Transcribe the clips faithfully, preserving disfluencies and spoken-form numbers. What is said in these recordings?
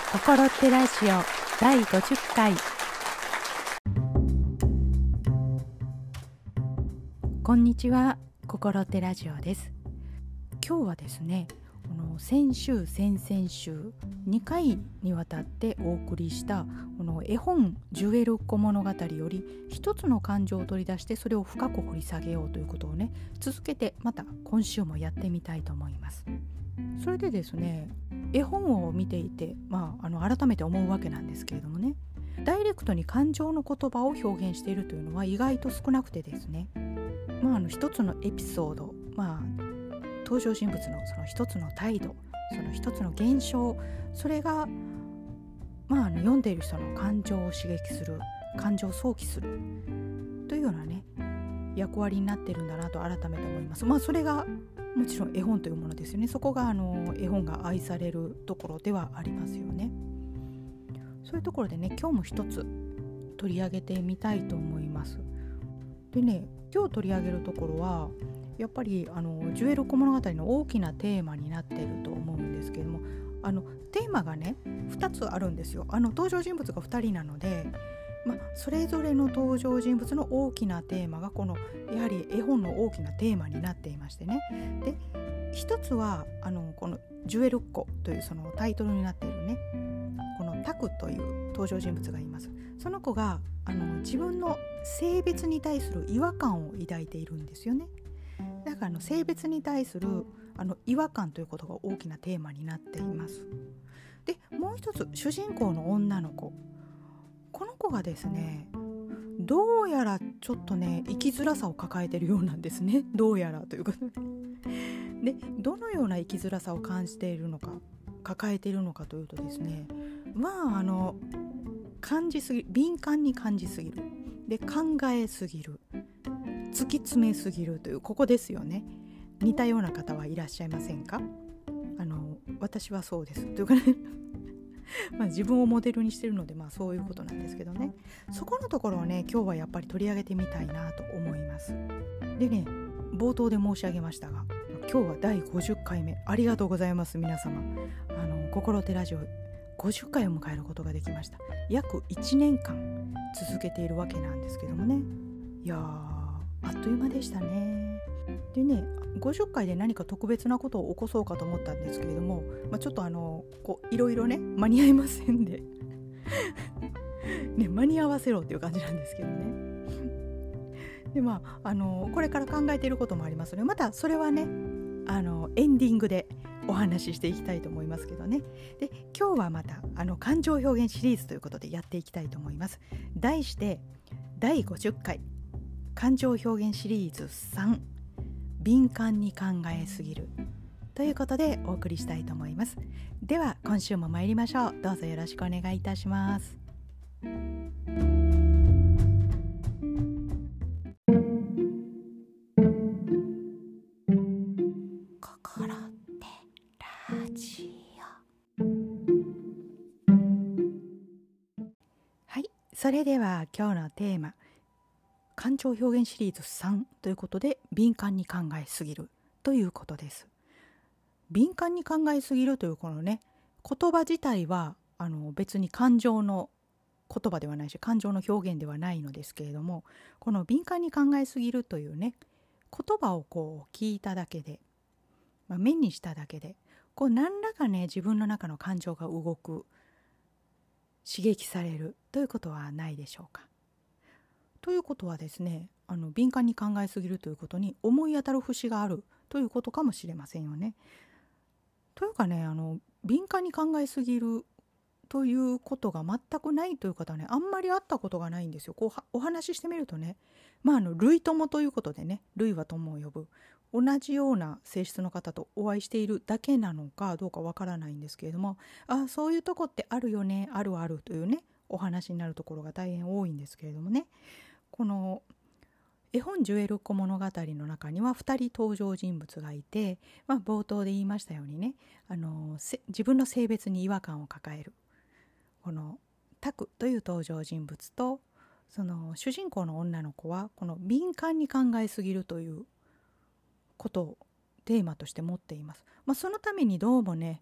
心ってラジオだいごじゅっかい。こんにちは、心ってラジオです。今日はですね、この先週先々週にかいにわたってお送りしたこの絵本ジュエル小物語より一つの感情を取り出してそれを深く掘り下げようということをね、続けてまた今週もやってみたいと思います。それでですね、絵本を見ていて、まあ、あの改めて思うわけなんですけれどもね、ダイレクトに感情の言葉を表現しているというのは意外と少なくてですね、まあ、あの一つのエピソード、まあ、登場人物のその一つの態度、その一つの現象、それが、まあ、あの読んでいる人の感情を刺激する、感情を想起するというようなね役割になっているんだなと改めて思います。まあそれがもちろん絵本というものですよね。そこがあの絵本が愛されるところではありますよね。そういうところでね、今日も一つ取り上げてみたいと思います。でね、今日取り上げるところはやっぱりあのジュエル小物語の大きなテーマになっていると思うんですけれども、あのテーマがねふたつあるんですよ。あの登場人物がふたりなので、まあ、それぞれの登場人物の大きなテーマがこのやはり絵本の大きなテーマになっていましてね。で、一つはあのこのジュエルっ子というそのタイトルになっているね、このタクという登場人物がいます。その子があの自分の性別に対する違和感を抱いているんですよね。だからあの性別に対するあの違和感ということが大きなテーマになっています。で、もう一つ、主人公の女の子、この子がですね、どうやらちょっとね生きづらさを抱えているようなんですね。どうやらということで、どのような生きづらさを感じているのか、抱えているのかというとですね、まああの感じすぎ、敏感に感じすぎる、で考えすぎる、突き詰めすぎるという、ここですよね。似たような方はいらっしゃいませんか？あの私はそうですというかねまあ自分をモデルにしてるので、まあそういうことなんですけどね。そこのところをね、今日はやっぱり取り上げてみたいなと思います。でね、冒頭で申し上げましたが、今日はだいごじゅっかいめ、ありがとうございます。皆様、あの心手ラジオごじゅっかいを迎えることができました。約いちねんかん続けているわけなんですけどもね、いやーあっという間でしたね。でね、ごじゅっかいで何か特別なことを起こそうかと思ったんですけれども、まあ、ちょっとあのこういろいろね間に合いませんでね、間に合わせろっていう感じなんですけどね。で、まああのこれから考えていることもありますので、またそれはねあのエンディングでお話ししていきたいと思いますけどね。で、今日はまたあの感情表現シリーズということでやっていきたいと思います。題してだいごじゅっかい感情表現シリーズさん、敏感に考えすぎるということでお送りしたいと思います。では今週も参りましょう。どうぞよろしくお願いいたします。心ってラジオ。はい、それでは今日のテーマ、感情表現シリーズさんということで、敏感に考えすぎるということです。敏感に考えすぎるというこのね言葉自体はあの別に感情の言葉ではないし、感情の表現ではないのですけれども、この敏感に考えすぎるというね言葉をこう聞いただけで、まあ、目にしただけでこう何らかね自分の中の感情が動く、刺激されるということはないでしょうか。ということはですね、あの敏感に考えすぎるということに思い当たる節があるということかもしれませんよね。というかね、あの敏感に考えすぎるということが全くないという方はね、あんまり会ったことがないんですよ。こうお話ししてみるとね、まああの類友ということでね、類は友を呼ぶ、同じような性質の方とお会いしているだけなのかどうかわからないんですけれども、あ、そういうとこってあるよね、あるあるというねお話になるところが大変多いんですけれどもね、この絵本ジュエル小物語の中にはふたり登場人物がいて、まあ、冒頭で言いましたようにね、あの自分の性別に違和感を抱えるこのタクという登場人物と、その主人公の女の子はこの敏感に考えすぎるということをテーマとして持っています。まあ、そのためにどうもね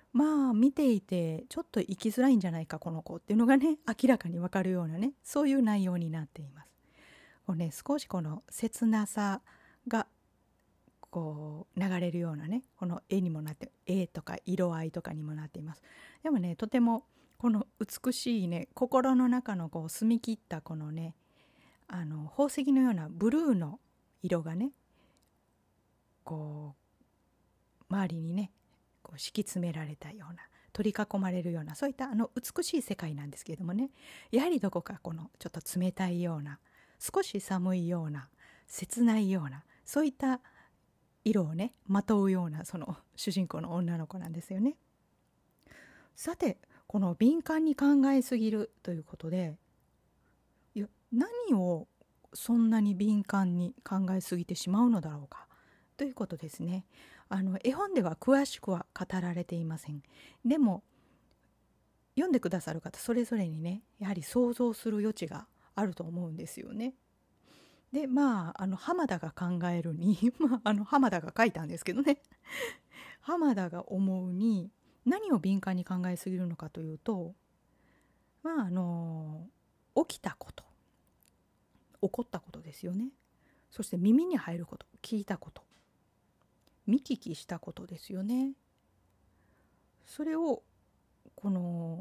まあ見ていてちょっと生きづらいんじゃないかこの子っていうのがね明らかにわかるようなね、そういう内容になっています。こうね、少しこの切なさがこう流れるようなね、この絵にもなって、絵とか色合いとかにもなっています。でもね、とてもこの美しいね、心の中のこう澄み切ったこのね、あの宝石のようなブルーの色がね、こう周りにねこう敷き詰められたような、取り囲まれるような、そういったあの美しい世界なんですけれどもね、やはりどこかこのちょっと冷たいような、少し寒いような、切ないような、そういった色をねまとうような、その主人公の女の子なんですよね。さて、この敏感に考えすぎるということで、いや何をそんなに敏感に考えすぎてしまうのだろうかということですね。あの絵本では詳しくは語られていません。でも読んでくださる方それぞれにね、やはり想像する余地があると思うんですよね。でまああの浜田が考えるにまああの浜田が書いたんですけどね浜田が思うに何を敏感に考えすぎるのかというと、まああの起きたこと、起こったことですよね。そして耳に入ること、聞いたこと、見聞きしたことですよね。それをこの、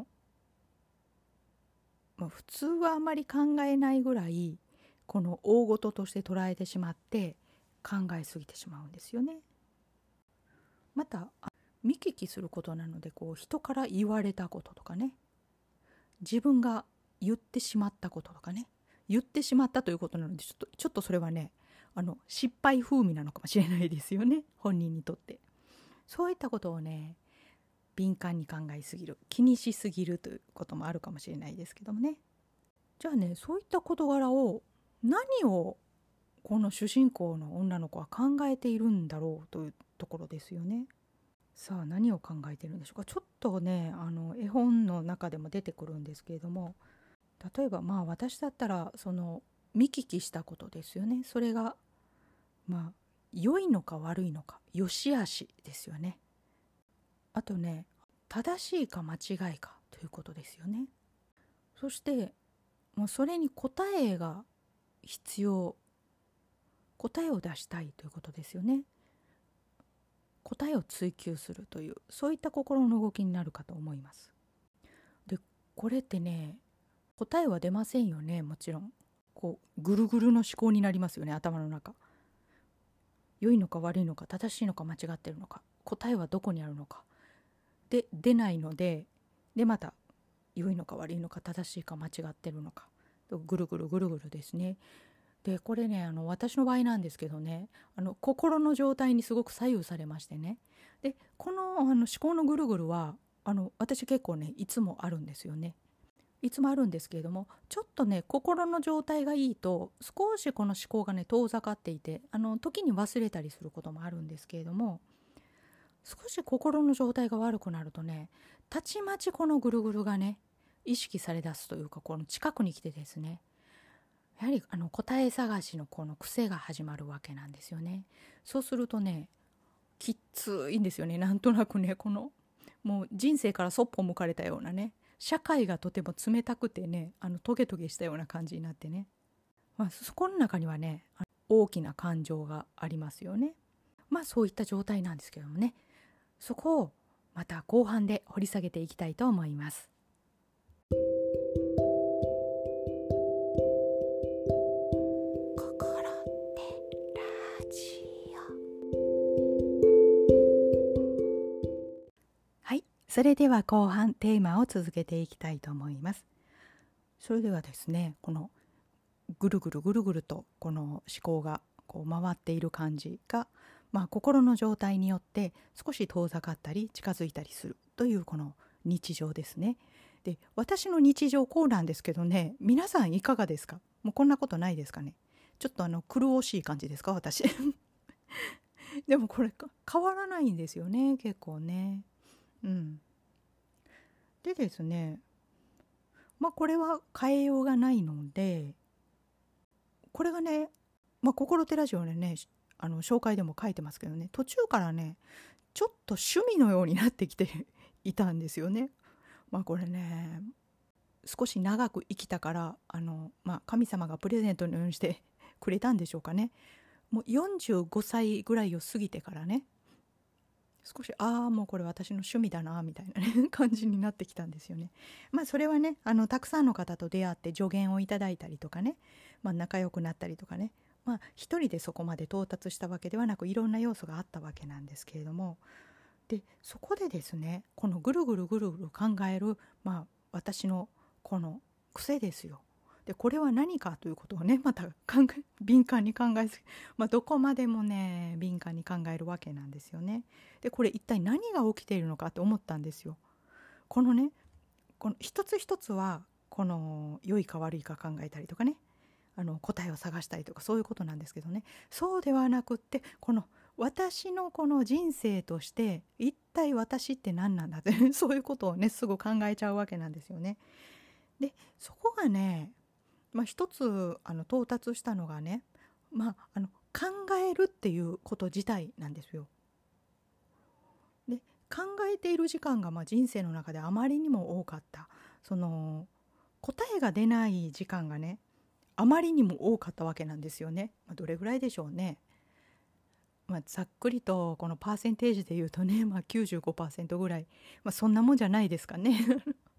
まあ、普通はあまり考えないぐらいこの大事として捉えてしまって考えすぎてしまうんですよね。また見聞きすることなので、こう人から言われたこととかね、自分が言ってしまったこととかね、言ってしまったということなので、ちょっとちょっとそれはね、あの失敗風味なのかもしれないですよね、本人にとって。そういったことをね、敏感に考えすぎる、気にしすぎるということもあるかもしれないですけどもね。じゃあね、そういった事柄を、何をこの主人公の女の子は考えているんだろうというところですよね。さあ何を考えているんでしょうか。ちょっとね、あの絵本の中でも出てくるんですけれども、例えばまあ私だったらその見聞きしたことですよね。それがまあ良いのか悪いのか、良し悪しですよね。あとね、正しいか間違いかということですよね。そしてもうそれに答えが必要、答えを出したいということですよね。答えを追求するという、そういった心の動きになるかと思います。でこれってね、答えは出ませんよね。もちろんこうぐるぐるの思考になりますよね、頭の中。良いのか悪いのか、正しいのか間違ってるのか、答えはどこにあるのかで出ないので、でまた良いのか悪いのか、正しいか間違ってるのか、ぐるぐるぐるぐるですね。でこれね、あの私の場合なんですけどね、あの心の状態にすごく左右されましてね。でこの、あの思考のぐるぐるはあの私結構ねいつもあるんですよね。いつもあるんですけれども、ちょっとね心の状態がいいと少しこの思考がね遠ざかっていて、あの時に忘れたりすることもあるんですけれども、少し心の状態が悪くなるとね、たちまちこのぐるぐるがね意識されだすというか、この近くに来てですね、やはりあの答え探しのこの癖が始まるわけなんですよね。そうするとね、きついんですよね。なんとなくね、このもう人生からそっぽ向かれたようなね、社会がとても冷たくてね、あのトゲトゲしたような感じになってね、まあ、そこの中にはね大きな感情がありますよね。まあそういった状態なんですけどもね、そこをまた後半で掘り下げていきたいと思います。心ってラジオ。はい、それでは後半テーマを続けていきたいと思います。それではですね、このぐるぐるぐるぐるとこの思考がこう回っている感じが、まあ、心の状態によって少し遠ざかったり近づいたりするというこの日常ですね。で私の日常こうなんですけどね、皆さんいかがですか。もうこんなことないですかね。ちょっとあの苦しい感じですか、私でもこれ変わらないんですよね、結構ね。うんでですね、まあこれは変えようがないので、これがね、まあ、心手ラジオでね、あの紹介でも書いてますけどね、途中からねちょっと趣味のようになってきていたんですよね。まあこれね、少し長く生きたからあの、まあ、神様がプレゼントのようにしてくれたんでしょうかね。もうよんじゅうごさいぐらいを過ぎてからね、少しああもうこれ私の趣味だなみたいな、ね、感じになってきたんですよね。まあそれはね、あのたくさんの方と出会って助言をいただいたりとかね、まあ、仲良くなったりとかね、まあ一人でそこまで到達したわけではなく、いろんな要素があったわけなんですけれども、でそこでですね、このぐるぐるぐるぐる考える、まあ私のこの癖ですよ。でこれは何かということをね、また考え敏感に考えすぎ、まあ、どこまでもね敏感に考えるわけなんですよね。でこれ一体何が起きているのかと思ったんですよ。このね、この一つ一つはこの良いか悪いか考えたりとかね、あの答えを探したりとかそういうことなんですけどね、そうではなくって、この私のこの人生として一体私って何なんだってそういうことをねすぐ考えちゃうわけなんですよね。でそこがね、まあ、一つあの到達したのがね、まあ、あの考えるっていうこと自体なんですよ。で考えている時間がまあ人生の中であまりにも多かった、その答えが出ない時間がねあまりにも多かったわけなんですよね。まあ、どれぐらいでしょうね。まあ、ざっくりとこのパーセンテージで言うとね、まあ、きゅうじゅうごパーセントぐらい、まあ、そんなもんじゃないですかね。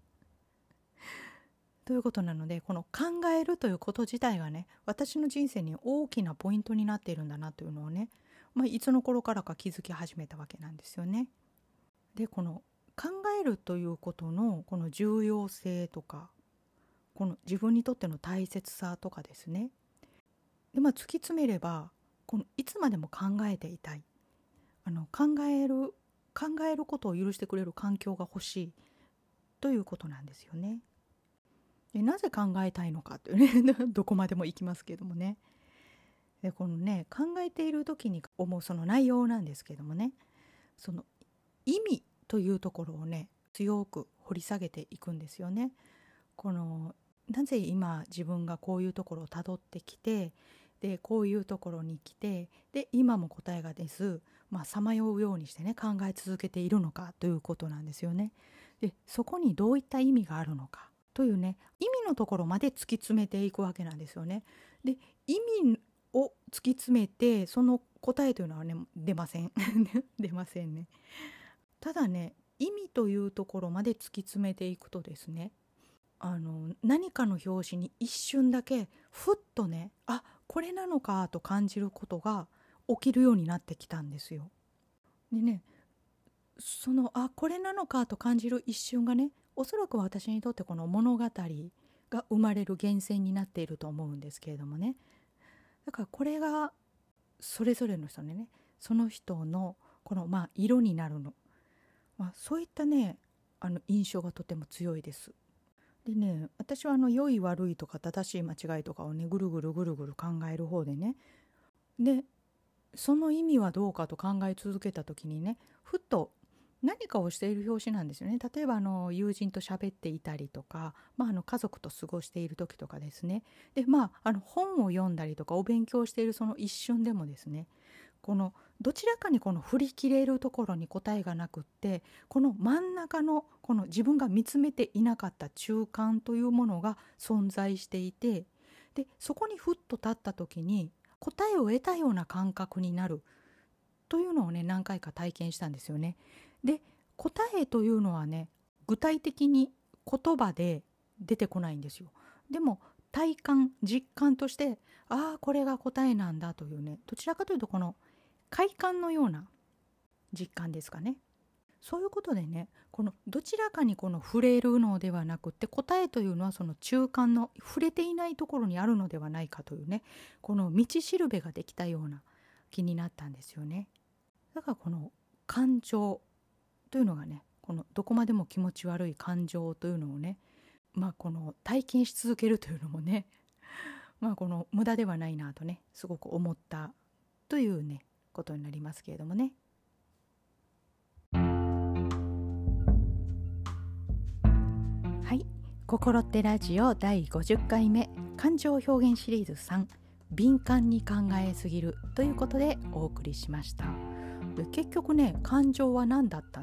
ということなので、この考えるということ自体がね、私の人生に大きなポイントになっているんだなというのをね、まあ、いつの頃からか気づき始めたわけなんですよね。でこの考えるということのこの重要性とか、この自分にとっての大切さとかですね。で、まあ、突き詰めれば、このいつまでも考えていたい、あの考える考えることを許してくれる環境が欲しいということなんですよね。でなぜ考えたいのかというねどこまでも行きますけどもね。でこのね、考えている時に思うその内容なんですけどもね、その意味というところをね強く掘り下げていくんですよね。このなぜ今自分がこういうところをたどってきて、でこういうところに来て、で今も答えが出ずさまようようにしてね考え続けているのかということなんですよね。でそこにどういった意味があるのかというね、意味のところまで突き詰めていくわけなんですよね。で意味を突き詰めてその答えというのはね出ません出ませんね。ただね、意味というところまで突き詰めていくとですね、あの何かの表紙に一瞬だけふっとね、あ、これなのかと感じることが起きるようになってきたんですよ。でね、そのあこれなのかと感じる一瞬がね、おそらく私にとってこの物語が生まれる源泉になっていると思うんですけれどもね。だからこれがそれぞれの人にね、その人のこのまあ色になるの、まあ、そういったねあの印象がとても強いです。でね、私はあの良い悪いとか正しい間違いとかをねぐるぐるぐるぐる考える方でね、でその意味はどうかと考え続けた時にね、ふっと何かをしている拍子なんですよね。例えばあの友人と喋っていたりとか、まあ、あの家族と過ごしている時とかですね。でまああの本を読んだりとかお勉強しているその一瞬でもですね、このどちらかにこの振り切れるところに答えがなくって、この真ん中のこの自分が見つめていなかった中間というものが存在していて、でそこにふっと立った時に答えを得たような感覚になるというのをね何回か体験したんですよね。で答えというのはね具体的に言葉で出てこないんですよ。でも体感実感として、ああこれが答えなんだというね、どちらかというとこの快感のような実感ですかね。そういうことでね、このどちらかにこの触れるのではなくって、答えというのはその中間の触れていないところにあるのではないかというね、この道しるべができたような気になったんですよね。だからこの感情というのがね、このどこまでも気持ち悪い感情というのをね、まあこの体験し続けるというのもね、まあこの無駄ではないなとねすごく思ったというねことになりますけれどもね。はい、心ってラジオだいごじゅっかいめ、感情表現シリーズさん、敏感に考えすぎるということでお送りしました。で結局ね、感情は何だったんだと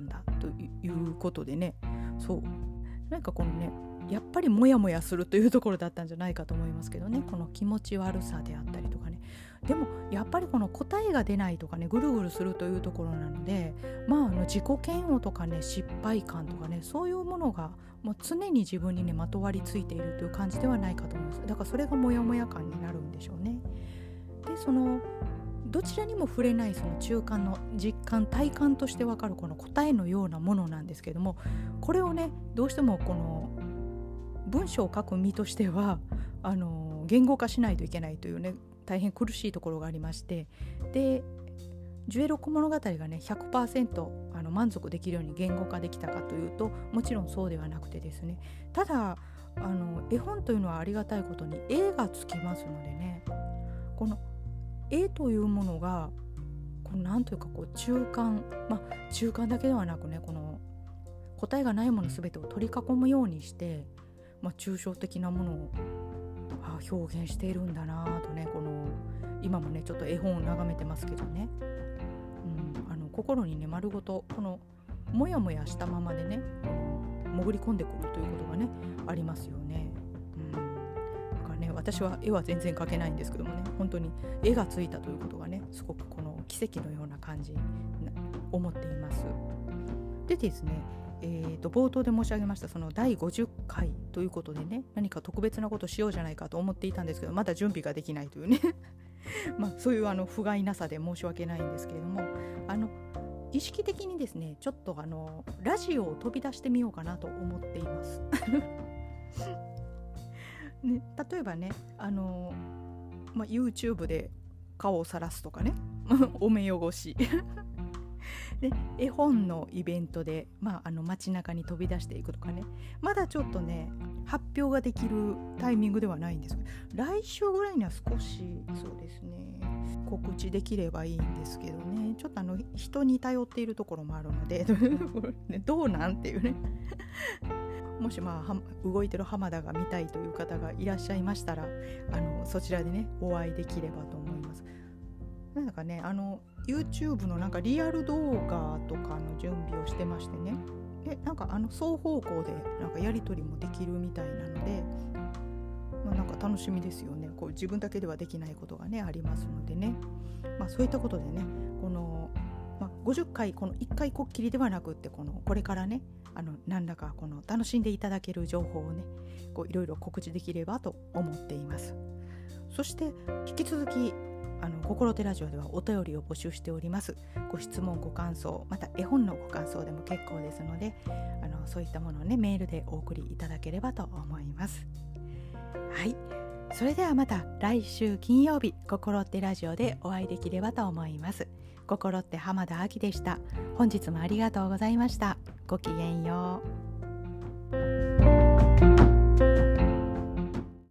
ということでね、そうなんかこのねやっぱりモヤモヤするというところだったんじゃないかと思いますけどね、この気持ち悪さであったりとかね。でもやっぱりこの答えが出ないとかね、ぐるぐるするというところなので、まあ、あの自己嫌悪とかね、失敗感とかね、そういうものがもう常に自分にねまとわりついているという感じではないかと思います。だからそれがモヤモヤ感になるんでしょうね。でそのどちらにも触れないその中間の実感体感として分かるこの答えのようなものなんですけども、これをねどうしてもこの文章を書く身としてはあの言語化しないといけないというね大変苦しいところがありまして、でジュエロック物語がね ひゃくパーセント あの満足できるように言語化できたかというと、もちろんそうではなくてですね、ただあの絵本というのはありがたいことに絵がつきますのでね、この絵というものがこのなんというかこう中間、まあ中間だけではなくね、この答えがないもの全てを取り囲むようにして、まあ、抽象的なものをあ表現しているんだなとね、この今もねちょっと絵本を眺めてますけどね、うん、あの心にね丸ごとこのモヤモヤしたままでね潜り込んでくるということがねありますよね。うん、だからね私は絵は全然描けないんですけどもね、本当に絵がついたということがねすごくこの奇跡のような感じな思っています。でですね、えー、と冒頭で申し上げましたそのだいごじゅっかいということでね、何か特別なことしようじゃないかと思っていたんですけど、まだ準備ができないというねまあそういうあの不甲斐なさで申し訳ないんですけれども、あの意識的にですねちょっとあのラジオを飛び出してみようかなと思っていますね、例えばねあの、まあ、YouTube で顔をさらすとかねお目汚しで絵本のイベントで、まあ、あの街中に飛び出していくとかね、まだちょっとね発表ができるタイミングではないんですけど、来週ぐらいには少しそうですね告知できればいいんですけどね、ちょっとあの人に頼っているところもあるのでどうなんっていうねもしまあ動いてる浜田が見たいという方がいらっしゃいましたら、あのそちらでねお会いできればと思います。なんかねあの YouTube のなんかリアル動画とかの準備をしてましてね、でなんかあの双方向でなんかやり取りもできるみたいなので、まあ、なんか楽しみですよね。こう自分だけではできないことがねありますのでね、まあ、そういったことでねこの、まあ、ごじゅっかいこのいっかいこっきりではなくってこのこれからねあの何らかこの楽しんでいただける情報をねこういろいろ告知できればと思っています。そして引き続きあの心手ラジオではお便りを募集しております。ご質問ご感想また絵本のご感想でも結構ですので、あのそういったものをねメールでお送りいただければと思います。はい、それではまた来週金曜日心手ラジオでお会いできればと思います。心手浜田亜希でした。本日もありがとうございました。ごきげんよう。